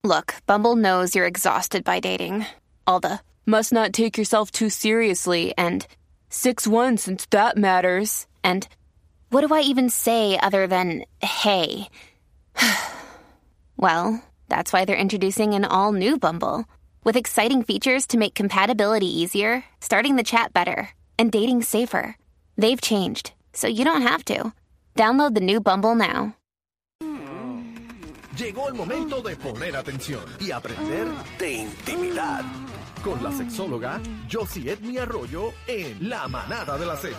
Look, Bumble knows you're exhausted by dating. All the must not take yourself too seriously and 6'1" since that matters. And what do I even say other than hey? Well, that's why they're introducing an all-new Bumble with exciting features to make compatibility easier, starting the chat better, and dating safer. They've changed, so you don't have to. Download the new Bumble now. Llegó el momento de poner atención y aprender de intimidad con la sexóloga Josie Edmi Arroyo en La Manada de la Z.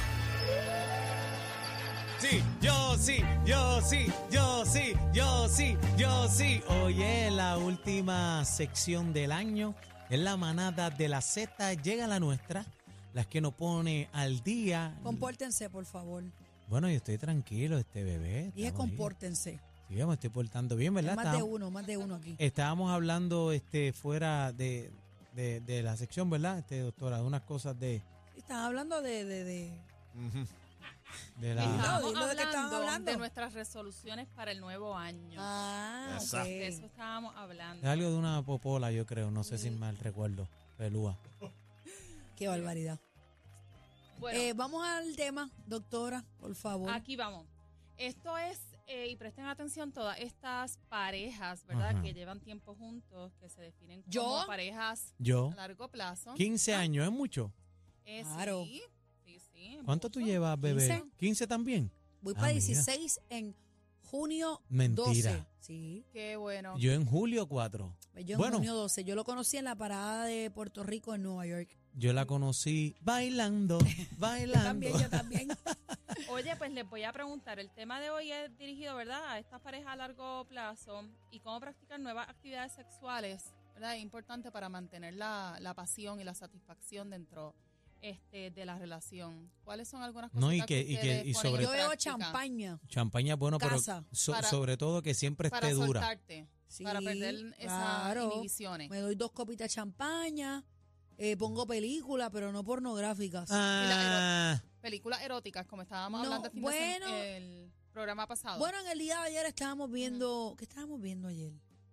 Sí, yo sí, yo sí, yo sí, yo sí, yo sí. Oye, la última sección del año es La Manada de la Z. Llega la nuestra, las que nos pone al día. Compórtense, por favor. Bueno, yo estoy tranquilo, bebé. Dije compórtense. Sí, me estoy portando bien, ¿verdad? Más de uno aquí. Estábamos hablando fuera de la sección, ¿verdad, doctora? De unas cosas de... Están hablando de la... Estamos hablando de nuestras resoluciones para el nuevo año. Ah, okay. De eso estábamos hablando. Es algo de una popola, yo creo, no sé si mal recuerdo. Pelúa. Qué barbaridad. Bueno, vamos al tema, doctora, por favor. Aquí vamos. Esto es, y presten atención, todas estas parejas, ¿verdad? Ajá. Que llevan tiempo juntos, que se definen como parejas a largo plazo. 15 años, ¿es mucho? Claro. Sí. ¿Cuánto tú llevas, bebé? ¿15 también? Voy para 16 en junio Mentira. 12. Sí. Qué bueno. Yo en julio 4. Yo en junio 12. Yo lo conocí en la parada de Puerto Rico en Nueva York. Yo la conocí bailando. Yo también. Oye, pues les voy a preguntar. El tema de hoy es dirigido, ¿verdad?, a estas parejas a largo plazo y cómo practicar nuevas actividades sexuales, ¿verdad? Es importante para mantener la pasión y la satisfacción dentro de la relación. ¿Cuáles son algunas cosas y sobre yo veo champaña. Champaña, bueno, Casa. pero sobre todo que siempre esté dura. Para soltarte, Sí, para perder esas inhibiciones. Me doy 2 copitas de champaña, pongo películas, pero no pornográficas. Películas eróticas, como estábamos No, hablando el programa pasado. Bueno, en el día de ayer estábamos viendo... ¿Qué estábamos viendo ayer?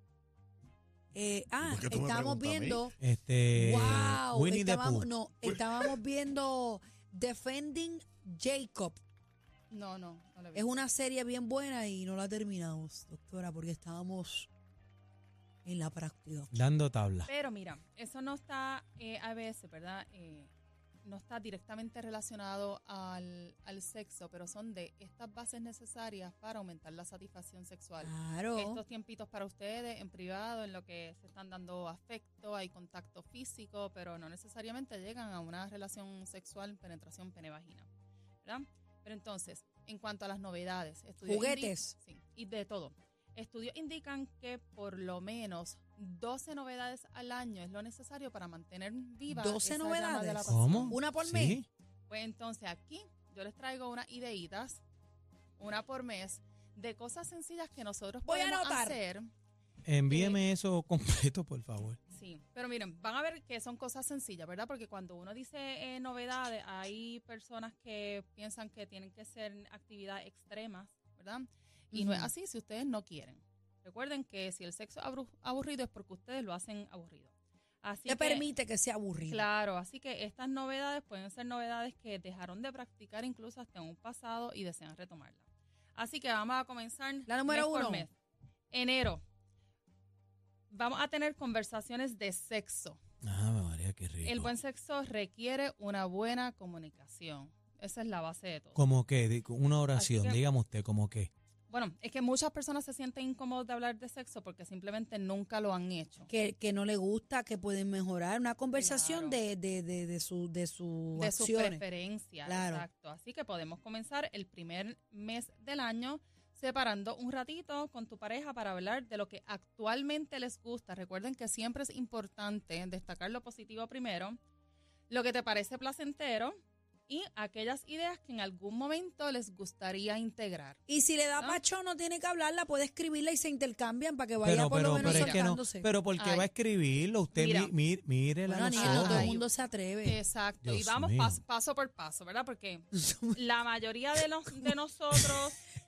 Estábamos viendo... wow, Winnie the Pooh. No, estábamos viendo Defending Jacob. No la vi. Es una serie bien buena y no la terminamos, doctora, porque estábamos en la práctica. Dando tabla. Pero mira, eso no está a veces, ¿verdad? No está directamente relacionado al sexo, pero son de estas bases necesarias para aumentar la satisfacción sexual. Claro. Estos tiempitos para ustedes en privado, en lo que se están dando afecto, hay contacto físico, pero no necesariamente llegan a una relación sexual, penetración pene-vagina, ¿verdad? Pero entonces, en cuanto a las novedades, juguetes. Sí, y de todo. Estudios indican que por lo menos 12 novedades al año es lo necesario para mantener viva 12 esa llama novedades. de la pasión. ¿Cómo? ¿Una por ¿Sí? mes? Pues entonces aquí yo les traigo unas ideitas, una por mes, de cosas sencillas que nosotros Voy a podemos anotar. hacer. Envíeme eso completo, por favor. Sí, pero miren, van a ver que son cosas sencillas, ¿verdad? Porque cuando uno dice novedades, hay personas que piensan que tienen que ser actividades extremas, ¿verdad? Y no es así si ustedes no quieren. Recuerden que si el sexo es aburrido es porque ustedes lo hacen aburrido. Así Te permite que sea aburrido. Claro, así que estas novedades pueden ser novedades que dejaron de practicar incluso hasta en un pasado y desean retomarlas. Así que vamos a comenzar La número mes por 1. mes. Enero. Vamos a tener conversaciones de sexo. María, qué rico. El buen sexo requiere una buena comunicación. Esa es la base de todo. ¿Cómo qué? Una oración, dígame usted, ¿cómo qué? Bueno, es que muchas personas se sienten incómodos de hablar de sexo porque simplemente nunca lo han hecho. Que no le gusta, que pueden mejorar. Una conversación Claro. de sus De sus acciones. preferencias, Claro. exacto. Así que podemos comenzar el primer mes del año separando un ratito con tu pareja para hablar de lo que actualmente les gusta. Recuerden que siempre es importante destacar lo positivo primero, lo que te parece placentero y aquellas ideas que en algún momento les gustaría integrar. Y si le da ¿no? pacho, no tiene que hablarla, puede escribirla y se intercambian para que vaya Pero, por lo pero, menos pero es que no. soltándose. Pero ¿por qué Ay. va a escribirlo? Usted Mira. mire la Bueno, Aniel, no todo el nosotros. mundo se atreve. Exacto. Dios Y vamos mío. paso por paso, ¿verdad? Porque la mayoría de nosotros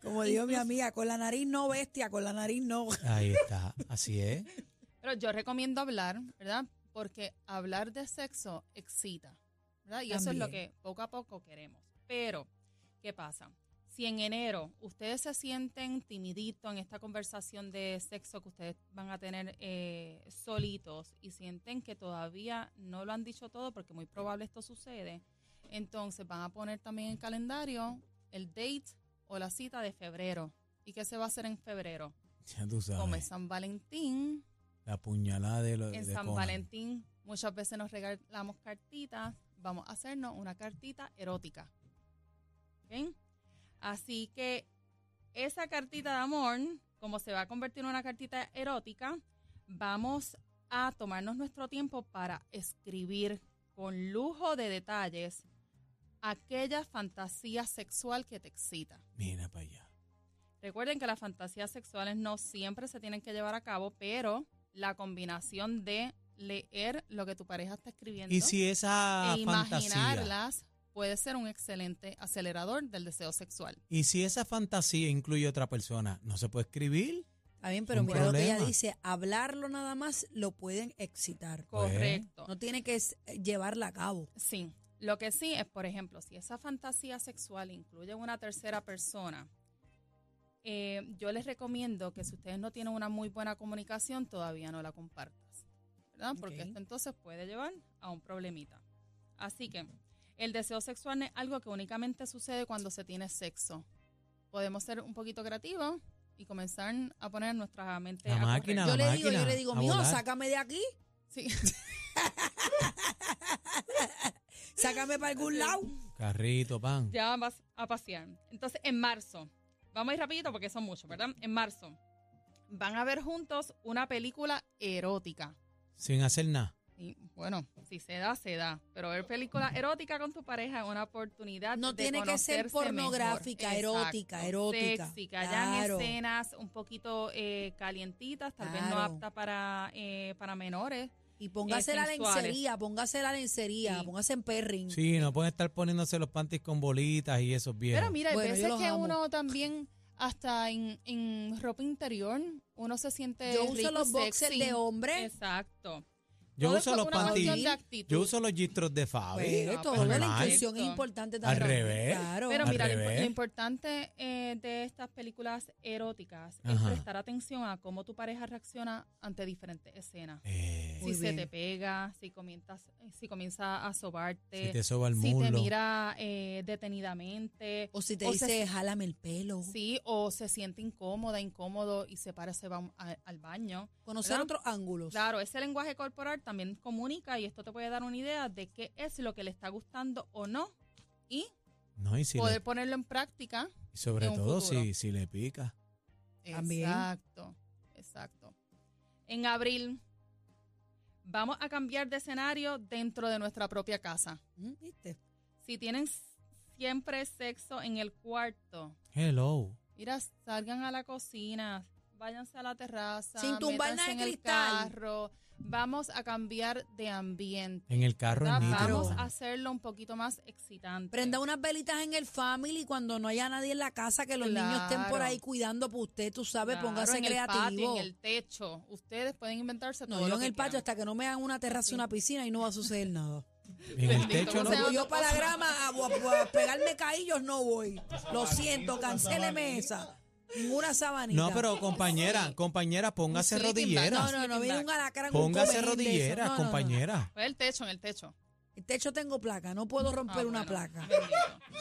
Como dijo mi amiga, con la nariz no, bestia, con la nariz no. Ahí está, así es. Pero yo recomiendo hablar, ¿verdad? Porque hablar de sexo excita, ¿verdad? Y eso es lo También. que poco a poco queremos. Pero, ¿qué pasa? Si en enero ustedes se sienten timiditos en esta conversación de sexo que ustedes van a tener solitos y sienten que todavía no lo han dicho todo, porque muy probable esto sucede, entonces van a poner también en el calendario el date o la cita de febrero. ¿Y qué se va a hacer en febrero? Ya tú Como es sabes. San Valentín. La puñalada de lo En de San Conan. Valentín muchas veces nos regalamos cartitas. Vamos a hacernos una cartita erótica. ¿Ok? Así que esa cartita de amor, como se va a convertir en una cartita erótica, vamos a tomarnos nuestro tiempo para escribir con lujo de detalles aquella fantasía sexual que te excita. Mira para allá. Recuerden que las fantasías sexuales no siempre se tienen que llevar a cabo, pero la combinación de leer lo que tu pareja está escribiendo Y si esa e fantasía, imaginarlas puede ser un excelente acelerador del deseo sexual. y si esa fantasía incluye otra persona, ¿no se puede escribir? Está bien, pero Un mira lo que ella problema. dice, hablarlo nada más lo pueden excitar. Pues, Correcto. No tiene que llevarla a cabo. Sí. Lo que sí es, por ejemplo, si esa fantasía sexual incluye una tercera persona, yo les recomiendo que si ustedes no tienen una muy buena comunicación, todavía no la compartas, ¿verdad? Porque Ok. esto entonces puede llevar a un problemita. Así que el deseo sexual es algo que únicamente sucede cuando se tiene sexo. Podemos ser un poquito creativos y comenzar a poner nuestra mente La a correr. máquina, Yo la le máquina, digo, a mijo, volar. sácame de aquí, Sí. sácame para algún lado. Carrito, pan. Ya vas a pasear. Entonces, en marzo, vamos a ir rapidito porque son muchos, ¿verdad? En marzo, van a ver juntos una película erótica. Sin hacer nada. Y bueno, si se da, se da. Pero ver película erótica con tu pareja es una oportunidad No de tiene que ser conocerse pornográfica, mejor. erótica, Exacto. erótica. Sexy, que hayan Claro. escenas un poquito calientitas, tal vez no Claro. aptas para menores. Y póngase la sensuales. lencería, Sí. póngase en perring. Sí, no pueden estar poniéndose los panties con bolitas y esos viejos. Pero mira, hay Bueno, yo veces los que amo. uno también, hasta en ropa interior, uno se siente Yo uso rico, los boxers sexy. de hombre. Exacto. Yo Todo uso es los una cuestión panties. de actitud. Yo uso los gistros de Fabi. Pues, Ah, todo pues, la normal. inclusión es Perfecto. importante Al también. revés. Claro. Pero Al mira, revés. lo importante de estas películas eróticas es Ajá. prestar atención a cómo tu pareja reacciona ante diferentes escenas. Muy Si se bien. te pega, si comienza a sobarte, Si te soba el si te muslo. mira detenidamente, O si te o dice, jálame el pelo. sí, o se siente incómodo y se para, se va al baño. Conocer ¿verdad? otros ángulos. Claro, ese lenguaje corporal también comunica y esto te puede dar una idea de qué es lo que le está gustando o no y No, y, si poder le- ponerlo en práctica. y sobre en un todo futuro. si le pica. También. Exacto. En abril vamos a cambiar de escenario dentro de nuestra propia casa. ¿Viste? Si tienen siempre sexo en el cuarto, Hello. mira, salgan a la cocina, váyanse a la terraza, Sin tumbar métanse nada de en el cristal. carro. Vamos a cambiar de ambiente. En el carro es ¿verdad? nítido. Vamos a hacerlo un poquito más excitante. Prenda unas velitas en el family cuando no haya nadie en la casa, que los niños estén por Claro. ahí cuidando por usted, tú sabes, Claro, póngase en el patio, creativo. en el techo. Ustedes pueden inventarse No, todo yo lo en que el patio quieran. hasta que no me hagan una terraza y una piscina y no va a suceder nada. En el Bendito techo no. sea Como yo otra para la cosa. grama a pegarme caillos no voy. Lo siento, cancéleme esa. Ninguna sabanita. No, pero compañera, póngase Un sleeping bag. rodillera. No, viene un alacrán. un Póngase comején de eso. rodillera, No, no, no. compañera. Pues el techo, en el techo. El techo tengo placa, no puedo romper una bueno, placa. bendito.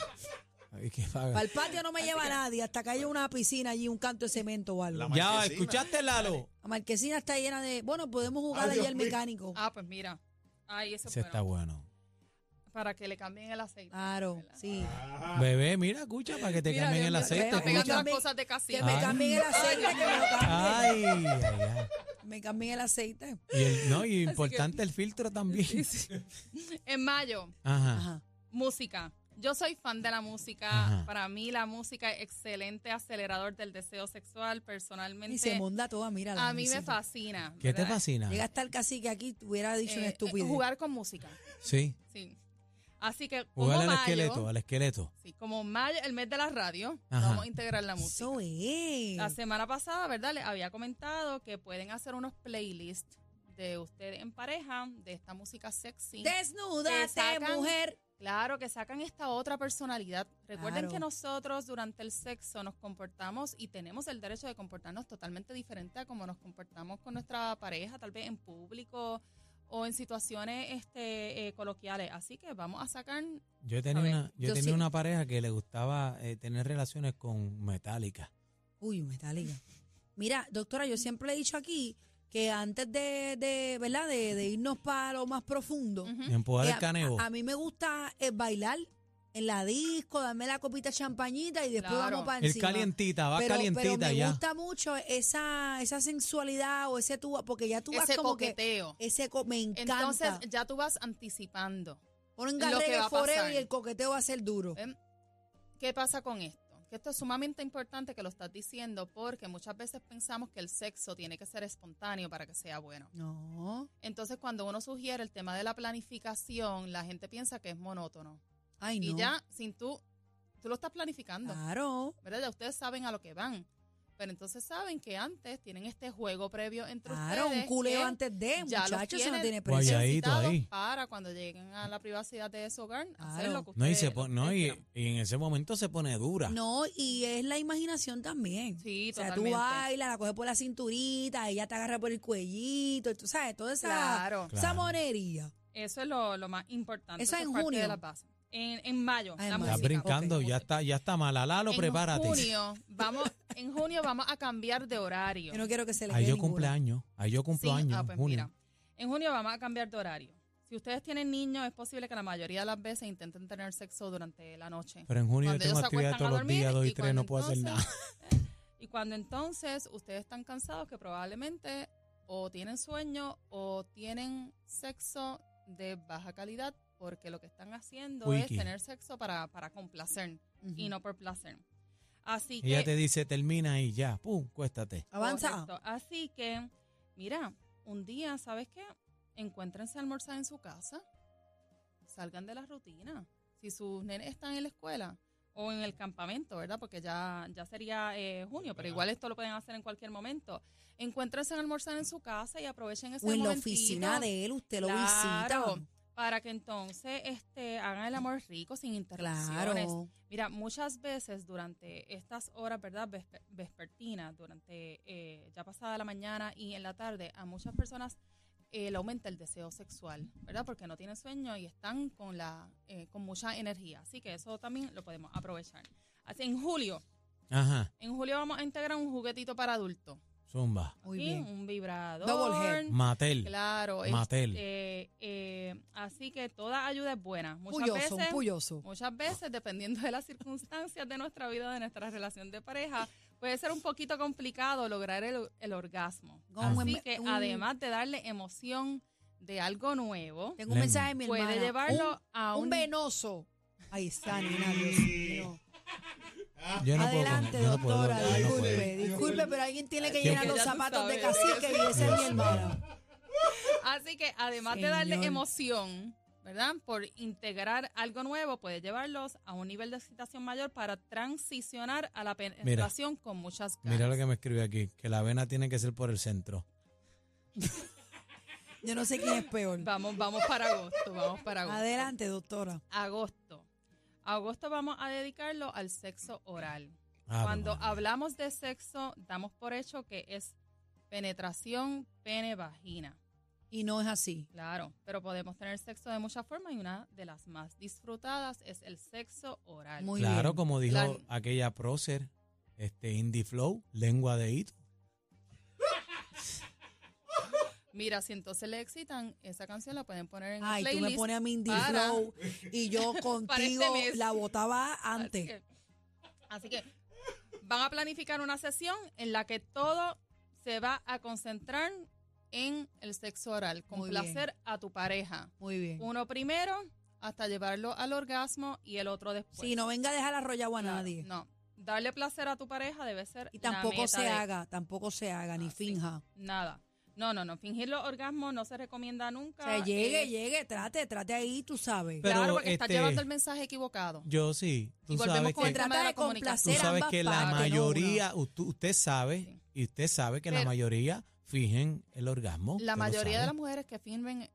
Ay, qué vaga. Para el patio no me lleva nadie, hasta que haya una piscina allí, un canto de cemento o algo. La Ya, marquesina. ¿escuchaste, Lalo? La marquesina está llena de... Bueno, podemos jugar Ay, allí Dios al mío. mecánico. Ah, pues mira. Ay, eso es Ese está bueno. bueno. Para que le cambien el aceite. Claro, ¿verdad? sí. Bebé, mira, escucha, para que te Mira, cambien el Dios mío, aceite. está pegando Escucha. las cosas de Que casita. me Ay. cambien el aceite, que me lo cambien. Ay, ay, ay. Me cambien el aceite. Y importante el filtro también. En mayo, Ajá. Ajá. música. Yo soy fan de la música. Ajá. Para mí la música es excelente acelerador del deseo sexual. Y se Personalmente, monda toda, mira. a mí me fascina. ¿Qué te ¿verdad? fascina? Llega a estar casi que aquí te hubiera dicho una estupidez. Jugar con música. Sí. Sí. Así que como Jugar mayo, al esqueleto. sí, como mayo, el mes de la radio, Ajá. vamos a integrar la música. Eso es. La semana pasada, ¿verdad? Les había comentado que pueden hacer unos playlists de ustedes en pareja, de esta música sexy. Desnúdate, sacan- mujer. Claro, que sacan esta otra personalidad. Recuerden Claro. que nosotros durante el sexo nos comportamos y tenemos el derecho de comportarnos totalmente diferente a como nos comportamos con nuestra pareja, tal vez en público o en situaciones coloquiales. Así que vamos a sacar... Yo A tenía ver, una, yo yo tenía sí- una pareja que le gustaba tener relaciones con Metallica. Uy, Metallica. Mira, doctora, yo siempre le he dicho aquí que antes ¿verdad? De irnos para lo más profundo, Ujú. Empujar el a canevo. mí me gusta bailar en la disco, darme la copita de champañita y después Claro. vamos para El encima. calientita, va pero calientita me ya. gusta mucho esa sensualidad o ese tú, porque ya tú vas Ese como coqueteo. que me encanta. Entonces ya tú vas anticipando. Ponen lo que reggae va a forever pasar. y el coqueteo va a ser duro. ¿Ven? ¿Qué pasa con esto? Que esto es sumamente importante que lo estás diciendo porque muchas veces pensamos que el sexo tiene que ser espontáneo para que sea bueno. No. Entonces, cuando uno sugiere el tema de la planificación, la gente piensa que es monótono. Ay, no. Y ya, sin tú lo estás planificando, Claro. ¿verdad? Ya ustedes saben a lo que van. Pero entonces saben que antes tienen este juego previo entre Claro, ustedes. un culeo que antes de, ya los muchachos, eso no tienen tiene Guayadito precio. necesitados ahí. para cuando lleguen a la privacidad de su hogar, hacer Claro. lo que No, y, ustedes, se lo que pone, no ustedes y, quieran. y en ese momento se pone dura. No, y es la imaginación también. Sí, O sea, totalmente. tú bailas, la coges por la cinturita, ella te agarra por el cuellito, y tú sabes, toda esa, Claro. esa Claro. monería. Eso es lo más importante. Eso en es parte junio. de las bases. En mayo, Ah, en la mayo. Estás música. brincando, Ok, ya está mala. Lalo, prepárate. En junio vamos a cambiar de horario. Yo no quiero que se le Ahí quede yo ninguna. cumpleaños. Ahí yo cumplo Sí, años. pues junio. mira, en junio vamos a cambiar de horario. Si ustedes tienen niños, es posible que la mayoría de las veces intenten tener sexo durante la noche. Pero en junio yo Cuando tengo ellos se actividad acuestan a todos los dormir días, 2 y y 3, no cuando puedo hacer nada. entonces- Y cuando entonces ustedes están cansados, que probablemente o tienen sueño o tienen sexo de baja calidad, porque lo que están haciendo Wiki. es tener sexo para complacer y no por placer. Así que... Ella te dice, termina y ya, pum, cuéstate. Avanza. Correcto. Así que, mira, un día, ¿sabes qué? Encuéntrense a almorzar en su casa. Salgan de la rutina. Si sus nenes están en la escuela o en el campamento, ¿verdad? Porque ya sería junio, pero igual esto lo pueden hacer en cualquier momento. Encuéntrense a almorzar en su casa y aprovechen ese O en la momentito. oficina de él, usted lo Claro, visita. para que entonces hagan el amor rico sin interrupciones. Claro. Mira, muchas veces durante estas horas, ¿verdad? Vespertinas, durante ya pasada la mañana y en la tarde, a muchas personas le aumenta el deseo sexual, ¿verdad? Porque no tienen sueño y están con mucha energía. Así que eso también lo podemos aprovechar. Así, en julio Ajá, vamos a integrar un juguetito para adultos. zumba. Muy ¿sí? bien. Un vibrador. Double head. Mattel. Claro. Mattel. Así que toda ayuda es buena. Pulloso, un pulloso. Muchas veces, dependiendo de las circunstancias de nuestra vida, de nuestra relación de pareja, puede ser un poquito complicado lograr el orgasmo. Como Así en- que un- además de darle emoción de algo nuevo, Tengo un Len. mensaje de mi hermana. puede llevarlo a un un... venoso. Ahí está, nena, Dios mío. Yo no Adelante, puedo, yo no puedo, doctora, yo no disculpe, puedo. disculpe, pero alguien tiene que ¿Quién? llenar los Ya tú zapatos de sabes. cacique y esa es mi hermana. Así que además de darle Señor. emoción, ¿verdad? Por integrar algo nuevo, puede llevarlos a un nivel de excitación mayor para transicionar a la penetración con muchas ganas. Mira lo que me escribe aquí, que la vena tiene que ser por el centro. Yo no sé quién es peor. Vamos para agosto, Adelante, doctora. Agosto vamos a dedicarlo al sexo oral. Ave Cuando María. hablamos de sexo, damos por hecho que es penetración pene-vagina. Y no es así. Claro, pero podemos tener sexo de muchas formas y una de las más disfrutadas es el sexo oral. Muy Claro, bien. como dijo La- aquella prócer, Indie Flow, lengua de hito. Mira, si entonces le excitan, esa canción la pueden poner en Ay, el tú playlist. me pones a Mindy para- Flow y yo contigo mes. la botaba Así antes. que van a planificar una sesión en la que todo se va a concentrar en el sexo oral, Muy complacer a tu pareja. Muy bien. Uno primero hasta llevarlo al orgasmo y el otro después. Sí, no venga a dejar arrollado a Claro, nadie. No, darle placer a tu pareja debe ser Y la tampoco meta se de- haga, ni Ah, sí. finja. Nada. No. Fingir los orgasmos no se recomienda nunca. O sea, llegue, trate ahí, tú sabes. Pero, claro, porque estás llevando el mensaje equivocado. Yo sí. Y Tú volvemos sabes con que, el tema de trata la de comunicación. tú complacer sabes ambas que la partes, no mayoría, usted sabe, Sí. y usted sabe que la Pero- mayoría fingen el orgasmo. La usted lo mayoría de sabe. las mujeres que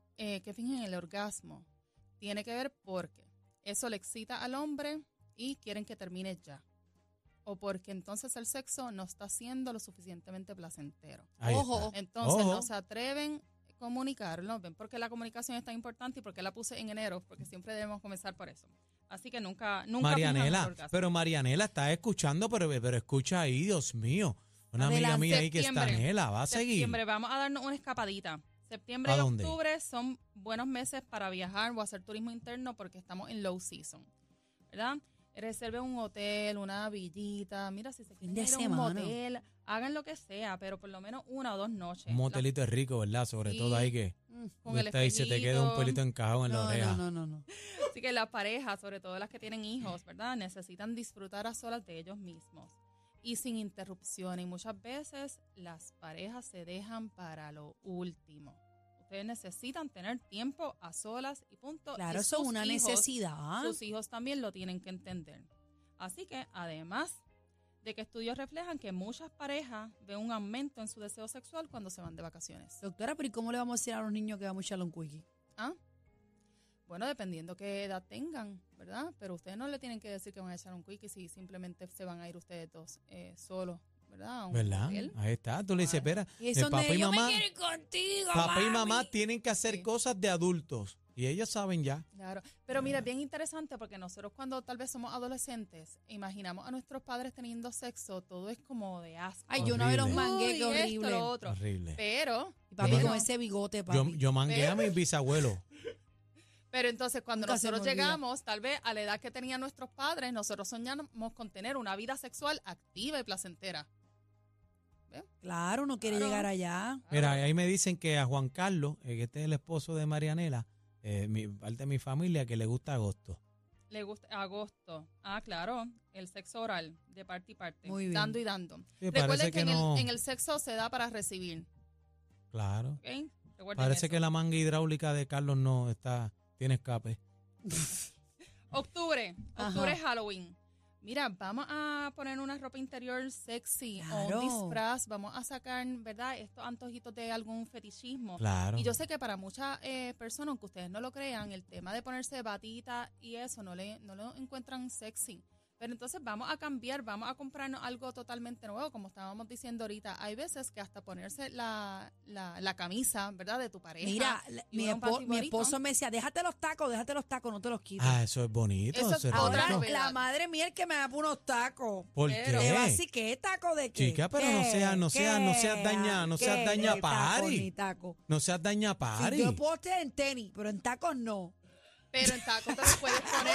fingen el orgasmo tiene que ver porque eso le excita al hombre y quieren que termine ya. O porque entonces el sexo no está siendo lo suficientemente placentero. Ahí Ojo. está. Entonces Ojo. no se atreven a comunicarlo. ¿Ven por qué la comunicación es tan importante y por qué la puse en enero? Porque siempre debemos comenzar por eso. Así que nunca fijamos el Marianela, orgasmo. pero Marianela está escuchando, pero escucha ahí, Dios mío. Una amiga Adelante. mía ahí que está Septiembre. Nela, va a seguir. Septiembre, vamos a darnos una escapadita. Septiembre ¿A y dónde? octubre son buenos meses para viajar o hacer turismo interno porque estamos en low season, ¿verdad? Reserve un hotel, una villita, mira, si se Fin quieren de ir a un semana. motel, hagan lo que sea, pero por lo menos 1 o 2 noches. Un motelito es rico, ¿verdad? Sobre Sí. todo ahí que Con el está ahí se te queda un espejito. pelito encajado en la oreja. No. Así que las parejas, sobre todo las que tienen hijos, ¿verdad? Necesitan disfrutar a solas de ellos mismos y sin interrupción. Y muchas veces las parejas se dejan para lo último. Ustedes necesitan tener tiempo a solas y punto. Claro, Y eso es sus una hijos- necesidad. Sus hijos también lo tienen que entender. Así que, además de que estudios reflejan que muchas parejas ven un aumento en su deseo sexual cuando se van de vacaciones. Doctora, pero ¿y cómo le vamos a decir a los niños que vamos a echarle un quickie? ¿Ah? Bueno, dependiendo qué edad tengan, ¿verdad? Pero ustedes no le tienen que decir que van a echar un quickie si simplemente se van a ir ustedes dos solos, ¿verdad? A un ¿Verdad? hotel. Ahí está. Tú le dices, espera, Y eso papá y yo mamá, me quiero ir contigo, papá y mami. mamá tienen que hacer Sí. cosas de adultos. Y ellos saben ya. Claro, pero mira, es bien interesante porque nosotros cuando tal vez somos adolescentes, imaginamos a nuestros padres teniendo sexo, todo es como de asco. Ay, yo una vez los Horrible. mangué, Uy, qué esto, horrible. lo otro. Horrible. Pero, Y papi Yo- con ese bigote, papi. Yo mangué a mis bisabuelos. pero entonces cuando Nunca se me nosotros olvida. llegamos, tal vez a la edad que tenían nuestros padres, nosotros soñamos con tener una vida sexual activa y placentera. Claro, uno quiere Claro. llegar allá. Mira, ahí me dicen que a Juan Carlos, que este es el esposo de Marianela, parte de mi familia, que le gusta agosto. Le gusta agosto. Ah, claro, el sexo oral, de parte y parte. Muy bien. Dando y dando. Sí, Recuerden parece que, que no. en el sexo se da para recibir. Claro. ¿Ok? Recuerden Parece eso. que la manga hidráulica de Carlos no está, tiene escape. Octubre Ajá. es Halloween. Mira, vamos a poner una ropa interior sexy o Claro. un disfraz. Vamos a sacar, ¿verdad? Estos antojitos de algún fetichismo. Claro. Y yo sé que para muchas personas, aunque ustedes no lo crean, el tema de ponerse batita y eso no lo encuentran sexy. Pero entonces vamos a cambiar, vamos a comprarnos algo totalmente nuevo, como estábamos diciendo ahorita. Hay veces que hasta ponerse la camisa, ¿verdad? De tu pareja. Mira, y mi, uno un panty mi bonito. esposo me decía, déjate los tacos, no te los quites. Ah, eso es bonito. Eso es es otra Ahora rico. novedad. la madre mía es que me da por unos tacos. ¿Por Pero- ¿Qué va qué? así? ¿Qué taco de qué? Chica, pero no ¿Qué? seas- no seas- no seas ¿Qué? daña- no seas ¿Qué? daña Ni taco, pari. ni taco. No seas daña Si pari. yo puedo estar en tenis, pero en tacos no. Pero en taco te lo puedes poner.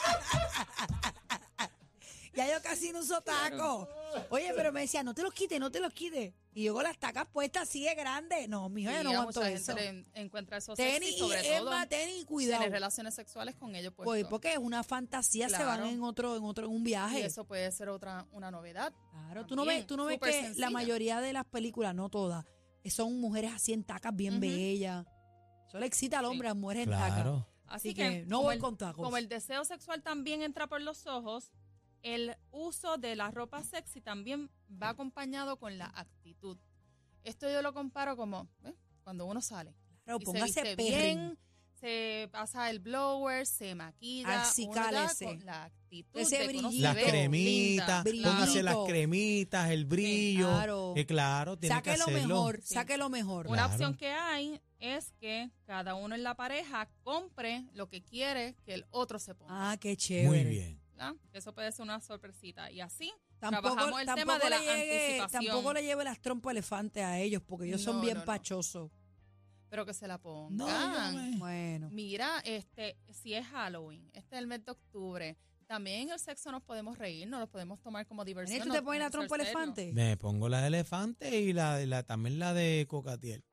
Ya yo casi no uso tacos. Oye, pero me decía, no te los quites. Y yo con las tacas puestas así de grande. No, mijo, yo no Sí, a aguanto mucha eso. gente le encuentra eso Tenis sexy, y sobre es todo más, tenis y cuidado. tener relaciones sexuales con ellos Pues, puestos. porque es una fantasía, se Claro. van en un Y viaje. eso puede ser una novedad. Claro, también, tú no ves súper que sencilla. la mayoría de las películas, no todas, son mujeres así en tacas bien Ujú. bellas. Eso le excita al hombre, a las mujeres en tacas. Claro. Así que, no como voy el- con tacos. Como el deseo sexual también entra por los ojos, el uso de la ropa sexy también va acompañado con la actitud. Esto yo lo comparo como cuando uno sale. Claro, Y póngase se viste perrin. bien, se pasa el blower, se maquilla, Acicálese. uno ya con la actitud Ese de que uno se brillito. Las ve cremitas, brillito. póngase las cremitas, el brillo. claro. Claro, tiene Saque que lo hacerlo. mejor, Sí. saque lo mejor. Una Claro. opción que hay es que cada uno en la pareja compre lo que quiere que el otro se ponga. Ah, qué chévere. Muy bien. ¿verdad? Eso puede ser una sorpresita. Y así Tampoco, trabajamos el tema tampoco de la le llegue, anticipación. tampoco le lleve las trompas elefantes a ellos, porque ellos son No, bien no, no. pachosos. Pero que se la pongan. No, yo me- Bueno. Mira, si es Halloween, este es el mes de octubre, también en el sexo nos podemos reír, nos lo podemos tomar como diversión. ¿Tú no te pones tiene la que ser trompa serio. elefante? Me pongo la de elefante y también la de cocatiel.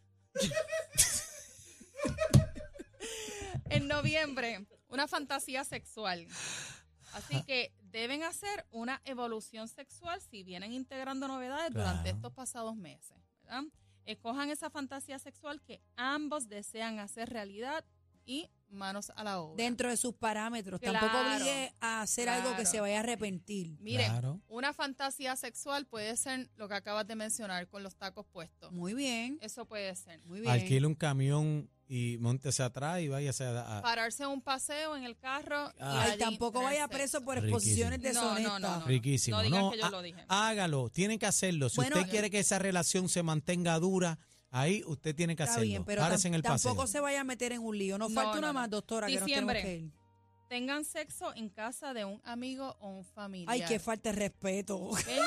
En noviembre, una fantasía sexual. Así que deben hacer una evolución sexual si vienen integrando novedades durante Claro. estos pasados meses, ¿verdad? Escojan esa fantasía sexual que ambos desean hacer realidad y manos a la obra. Dentro de sus parámetros. Claro, Tampoco obligue a hacer algo que claro. se vaya a arrepentir. Miren, Claro. una fantasía sexual puede ser lo que acabas de mencionar con los tacos puestos. Muy bien, Eso puede ser. muy bien. Alquile un camión y móntese atrás y váyase a Pararse un paseo en el carro y Ay, allí tampoco tener vaya sexo. preso por Riquísimo. exposiciones deshonestas. No. riquísimo. No digan que yo lo dije. Hágalo, tiene que hacerlo. Si Bueno, usted quiere que esa relación se mantenga dura, ahí usted tiene que Está hacerlo. bien, pero Párese en el tampoco paseo. se vaya a meter en un lío. Nos No, falta no, una no. más, doctora, que nos tenemos Diciembre. que ir. Tengan sexo en casa de un amigo o un familiar. Ay, qué falta de respeto. ¿Ven?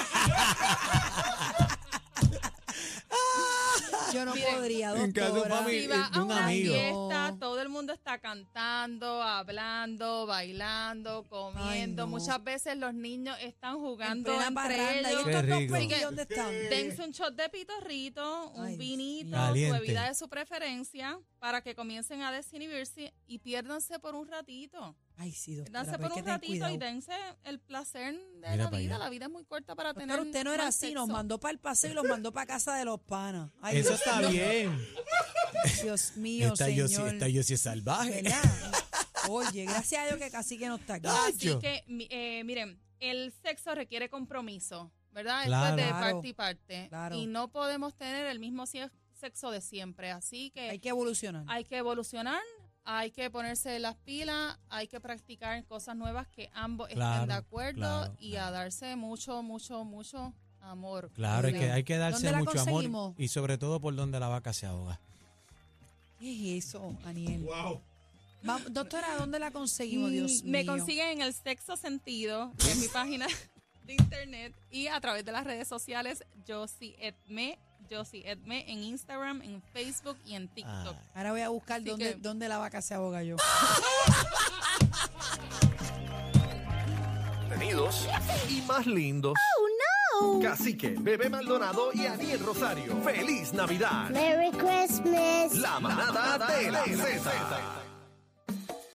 Yo no Miren, podría, en casa de un doctora. familiar. Si va de a un una amigo. fiesta, todo el mundo está cantando, hablando, bailando, comiendo. Ay, no. Muchas veces los niños están En jugando plena entre parranda. ¿Y ellos. Qué estos dos rico. pequis dónde están? Dense un shot de pitorrito, un Ay, Dios vinito, mío. su Caliente. bebida de su preferencia, para que comiencen a desinhibirse y piérdanse por un ratito. Ay, sí, doctora, Piérdanse pero por hay un que tener ratito y cuidado. dense el placer de Mira la para vida. allá. La vida es muy corta para tener Doctora, usted no era más así, nos sexo. mandó para el paseo y los mandó para casa de los panas. Ay, Eso Dios está mío. bien. Dios mío, Esta señor. yo sí es salvaje. ¿Verdad? Oye, gracias a Dios que casi que no está aquí. Así Nacho. que, miren, el sexo requiere compromiso, ¿verdad? Claro. Esto es de Claro, parte y parte. claro. Y no podemos tener el mismo sexo de siempre. Así que Hay que evolucionar. hay que evolucionar, hay que ponerse las pilas, hay que practicar cosas nuevas que ambos Claro, estén de acuerdo claro, y a darse mucho amor. Claro, Muy bien. hay que darse ¿Dónde la mucho amor conseguimos? y sobre todo por donde la vaca se ahoga. ¿Qué es eso, Aniel? Doctora, ¿dónde la conseguimos, Dios mío? Me consiguen en El Sexo Sentido, que es mi página de internet, y a través de las redes sociales, Josie Edme en Instagram, en Facebook y en TikTok. Ay. Ahora voy a buscar Así dónde, que- dónde la vaca se ahoga yo. Entretenidos y más lindos. Cacique, Bebé Maldonado y Aniel Rosario. ¡Feliz Navidad! Merry Christmas. La manada de la Z.